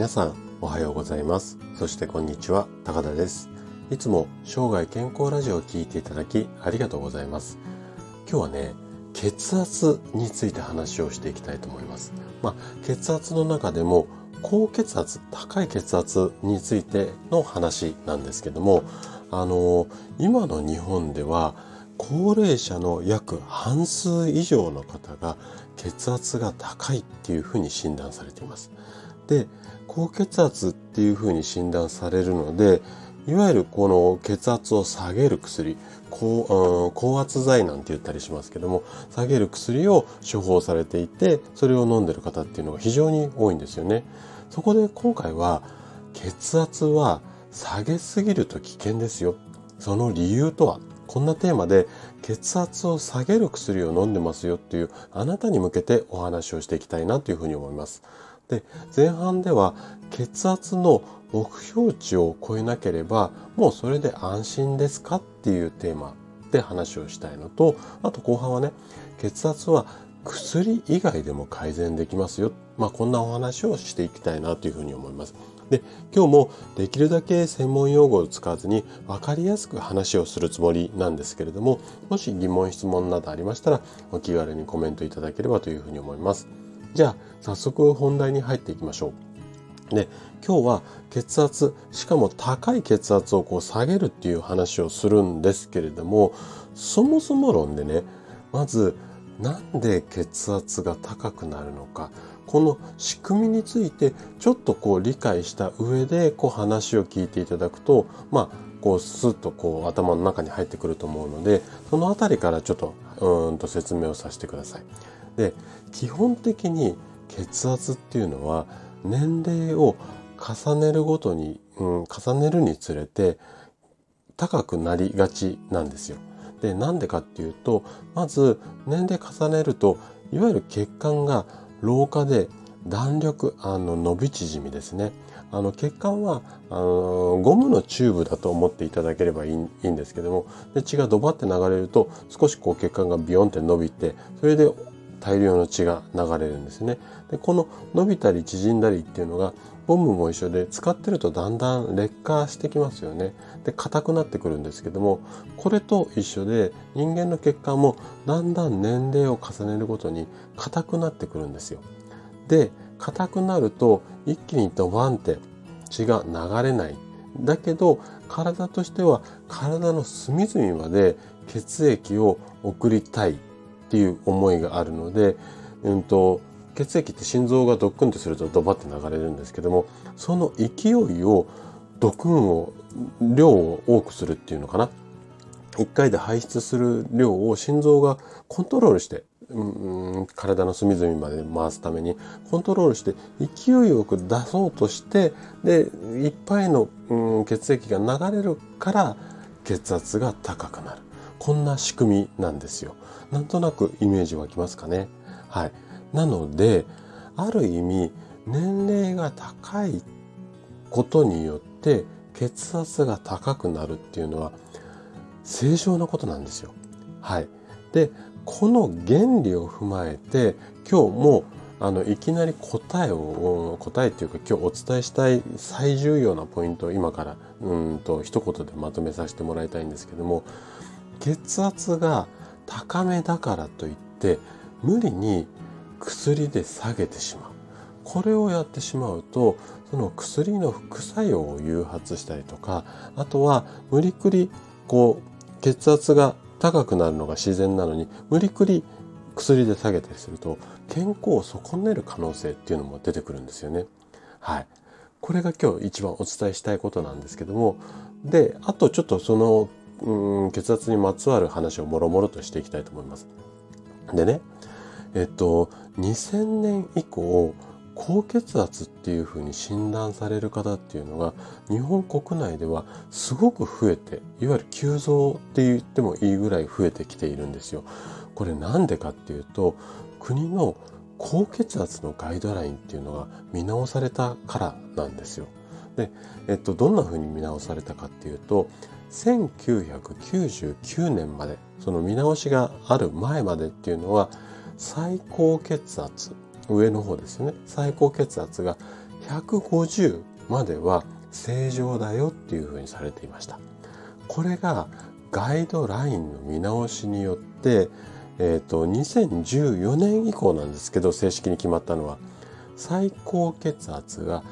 皆さんおはようございます。そしてこんにちは、高田です。いつも生涯健康ラジオを聞いていただきありがとうございます。今日はね、血圧について話をしていきたいと思います。血圧の中でも高血圧、高い血圧についての話なんですけども、今の日本では高齢者の約半数以上の方が血圧が高いっていうふうに診断されています。で、高血圧っていうふうに診断されるので、いわゆるこの血圧を下げる薬、高圧剤なんて言ったりしますけども、下げる薬を処方されていて、それを飲んでる方っていうのが非常に多いんですよね。そこで今回は、血圧は下げすぎると危険ですよ。その理由とは、こんなテーマで血圧を下げる薬を飲んでますよっていうあなたに向けてお話をしていきたいなというふうに思います。で、前半では血圧の目標値を超えなければもうそれで安心ですかっていうテーマで話をしたいのと、あと後半はね、血圧は薬以外でも改善できますよ。こんなお話をしていきたいなというふうに思います。で、今日もできるだけ専門用語を使わずに分かりやすく話をするつもりなんですけれども、もし疑問質問などありましたらお気軽にコメントいただければというふうに思います。じゃあ早速本題に入っていきましょう。で、今日は血圧、しかも高い血圧を下げるっていう話をするんですけれども、そもそも論でね、まずなんで血圧が高くなるのか、この仕組みについてちょっと理解した上で話を聞いていただくと、スッと頭の中に入ってくると思うので、そのあたりからちょっと説明をさせてください。で、基本的に血圧っていうのは年齢を重ねるごとに、重ねるにつれて高くなりがちなんですよ。で、なんでかっていうと、まず年齢重ねると、いわゆる血管が老化で弾力、伸び縮みですね。血管はゴムのチューブだと思っていただければいいんですけども、で血がドバって流れると少し血管がビヨンって伸びて、それで大量の血が流れるんですね。で、この伸びたり縮んだりっていうのがゴムも一緒で、使ってるとだんだん劣化してきますよね。で、硬くなってくるんですけども、これと一緒で人間の血管もだんだん年齢を重ねるごとに硬くなってくるんですよ。で、硬くなると一気にドバンって血が流れない。だけど体としては体の隅々まで血液を送りたいっていう思いがあるので、血液って心臓がドックンとするとドバって流れるんですけども、その勢いをドクンを量を多くするっていうのかな。一回で排出する量を心臓がコントロールして、体の隅々まで回すためにコントロールして勢いよく出そうとして、でいっぱいの、血液が流れるから血圧が高くなる。こんな仕組みなんですよ。なんとなくイメージ湧きますかね。はい。なので、ある意味年齢が高いことによって血圧が高くなるっていうのは正常なことなんですよ。はい。で、この原理を踏まえて、今日もいきなり答えっていうか、今日お伝えしたい最重要なポイントを今から一言でまとめさせてもらいたいんですけども、血圧が高めだからといって無理に薬で下げてしまう。これをやってしまうと、その薬の副作用を誘発したりとか、あとは無理くり血圧が高くなるのが自然なのに無理くり薬で下げたりすると健康を損ねる可能性っていうのも出てくるんですよね。はい。これが今日一番お伝えしたいことなんですけども、で、あとちょっとその血圧にまつわる話をもろもろとしていきたいと思います。でね、2000年以降高血圧っていう風に診断される方っていうのが日本国内ではすごく増えて、いわゆる急増って言ってもいいぐらい増えてきているんですよ。これなんでかっていうと、国の高血圧のガイドラインっていうのが見直されたからなんですよ。で、どんな風に見直されたかっていうと、1999年まで、その見直しがある前までっていうのは最高血圧、上の方ですよね。最高血圧が 150までは正常だよっていうふうにされていました。これがガイドラインの見直しによって、2014年以降なんですけど、正式に決まったのは、最高血圧が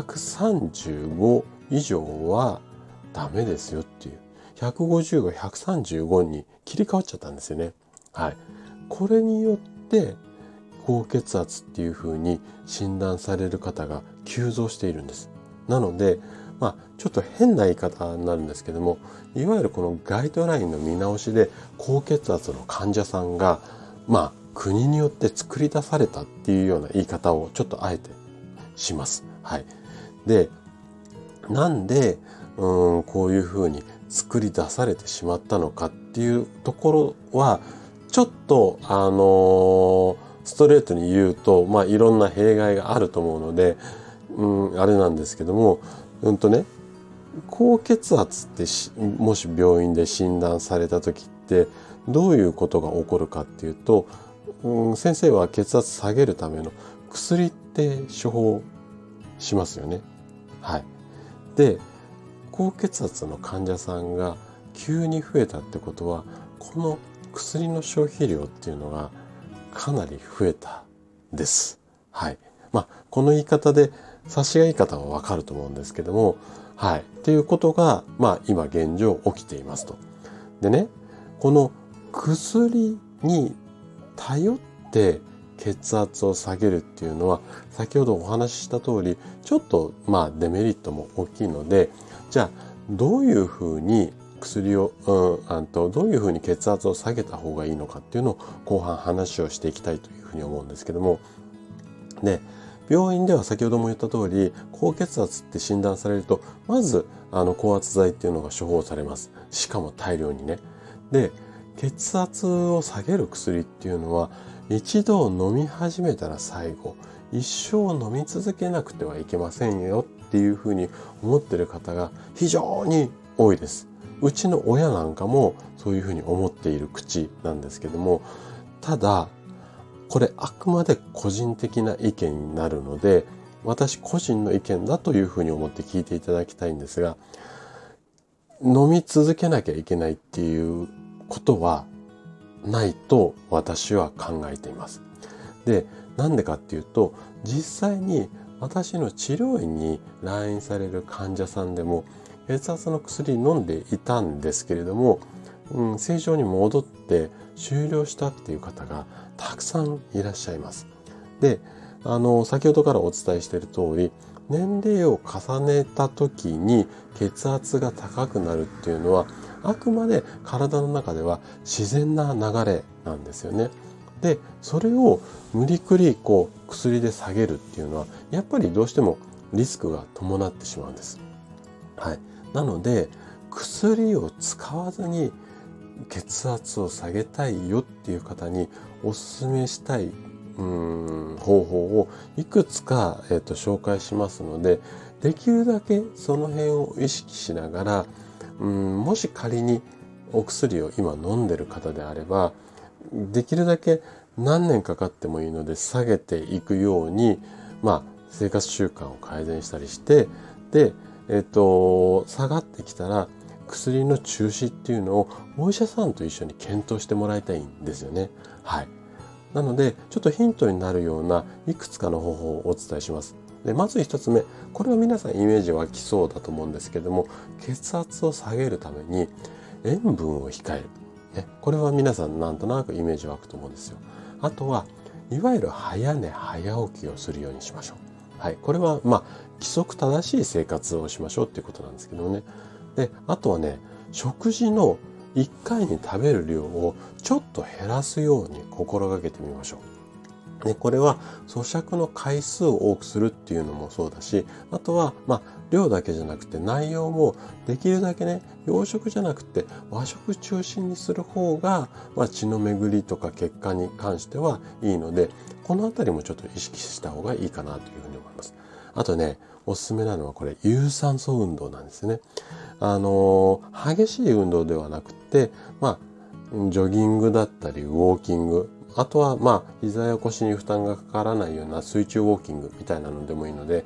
135以上はダメですよっていう、150が135に切り替わっちゃったんですよね。はい。これによって高血圧っていう風に診断される方が急増しているんです。なので、ちょっと変な言い方になるんですけども、いわゆるこのガイドラインの見直しで高血圧の患者さんが、国によって作り出されたっていうような言い方をちょっとあえてします。はい。で、なんで、こういう風に作り出されてしまったのかっていうところは、ちょっと、ストレートに言うと、いろんな弊害があると思うので、あれなんですけども、高血圧ってもし病院で診断された時ってどういうことが起こるかっていうと、先生は血圧下げるための薬って処方しますよね。はい。で、高血圧の患者さんが急に増えたってことは、この薬の消費量っていうのがかなり増えたです。はい。この言い方で察しがいい方はわかると思うんですけども、はい。っていうことが、今現状起きていますと。でね、この薬に頼って血圧を下げるっていうのは、先ほどお話しした通り、ちょっとデメリットも大きいので、じゃあどういうふうに薬を、どういうふうに血圧を下げた方がいいのかっていうのを後半話をしていきたいというふうに思うんですけども、で、病院では先ほども言った通り、高血圧って診断されると、まず高圧剤っていうのが処方されます。しかも大量にね。で、血圧を下げる薬っていうのは、一度飲み始めたら最後、一生飲み続けなくてはいけませんよっていうふうに思ってる方が非常に多いです。うちの親なんかもそういうふうに思っている口なんですけども、ただ、これあくまで個人的な意見になるので、私個人の意見だというふうに思って聞いていただきたいんですが、飲み続けなきゃいけないっていうことはないと私は考えています。で、なんでかっていうと、実際に私の治療院に来院される患者さんでも血圧の薬飲んでいたんですけれども、正常に戻って終了したっていう方がたくさんいらっしゃいます。で、先ほどからお伝えしている通り、年齢を重ねた時に血圧が高くなるっていうのは、あくまで体の中では自然な流れなんですよね。で、それを無理くり薬で下げるっていうのは、やっぱりどうしてもリスクが伴ってしまうんです。はい。なので、薬を使わずに血圧を下げたいよっていう方にお勧めしたい方法をいくつか、紹介しますので、できるだけその辺を意識しながら、もし仮にお薬を今飲んでる方であれば、できるだけ何年かかってもいいので下げていくように、生活習慣を改善したりして、で、下がってきたら薬の中止っていうのをお医者さんと一緒に検討してもらいたいんですよね。はい。なので、ちょっとヒントになるようないくつかの方法をお伝えします。で、まず一つ目、これは皆さんイメージ湧きそうだと思うんですけども、血圧を下げるために塩分を控える。ね、これは皆さんなんとなくイメージ湧くと思うんですよ。あとは、いわゆる早寝早起きをするようにしましょう。はい。これは、規則正しい生活をしましょうっていうことなんですけどもね。で、あとはね、食事の1回に食べる量をちょっと減らすように心がけてみましょう。で、これは咀嚼の回数を多くするっていうのもそうだし、あとは、量だけじゃなくて内容もできるだけね、洋食じゃなくて和食中心にする方が、血の巡りとか血管に関してはいいので、このあたりもちょっと意識した方がいいかなというふうに思います。あとね、おすすめなのはこれ、有酸素運動なんですね。激しい運動ではなくて、ジョギングだったり、ウォーキング、あとは膝や腰に負担がかからないような水中ウォーキングみたいなのでもいいので、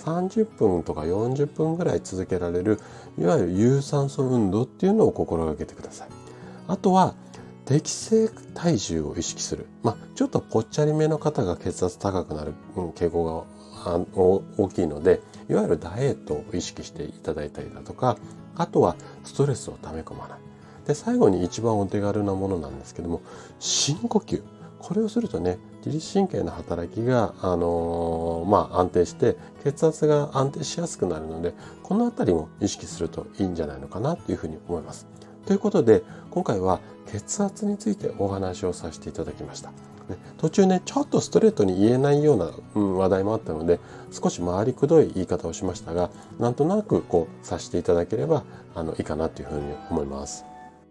30分とか40分ぐらい続けられるいわゆる有酸素運動っていうのを心がけてください。あとは適正体重を意識する。ちょっとぽっちゃりめの方が血圧高くなる傾向が大きいので、いわゆるダイエットを意識していただいたりだとか、あとはストレスを溜め込まない。で、最後に一番お手軽なものなんですけども、深呼吸。これをするとね、自律神経の働きが、安定して血圧が安定しやすくなるので、このあたりも意識するといいんじゃないのかなというふうに思います。ということで、今回は血圧についてお話をさせていただきました。途中ね、ちょっとストレートに言えないような、話題もあったので、少し回りくどい言い方をしましたが、なんとなく察していただければいいかなというふうに思います。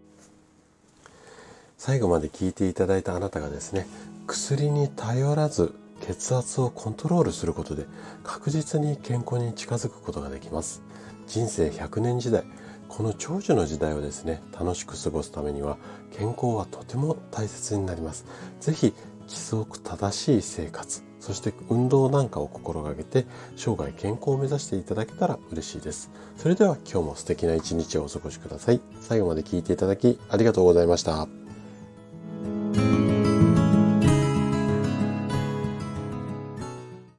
最後まで聞いていただいたあなたがですね、薬に頼らず血圧をコントロールすることで確実に健康に近づくことができます。人生100年時代、この長寿の時代をですね、楽しく過ごすためには健康はとても大切になります。ぜひ規則正しい生活、そして運動なんかを心がけて生涯健康を目指していただけたら嬉しいです。それでは今日も素敵な一日をお過ごしください。最後まで聞いていただきありがとうございました。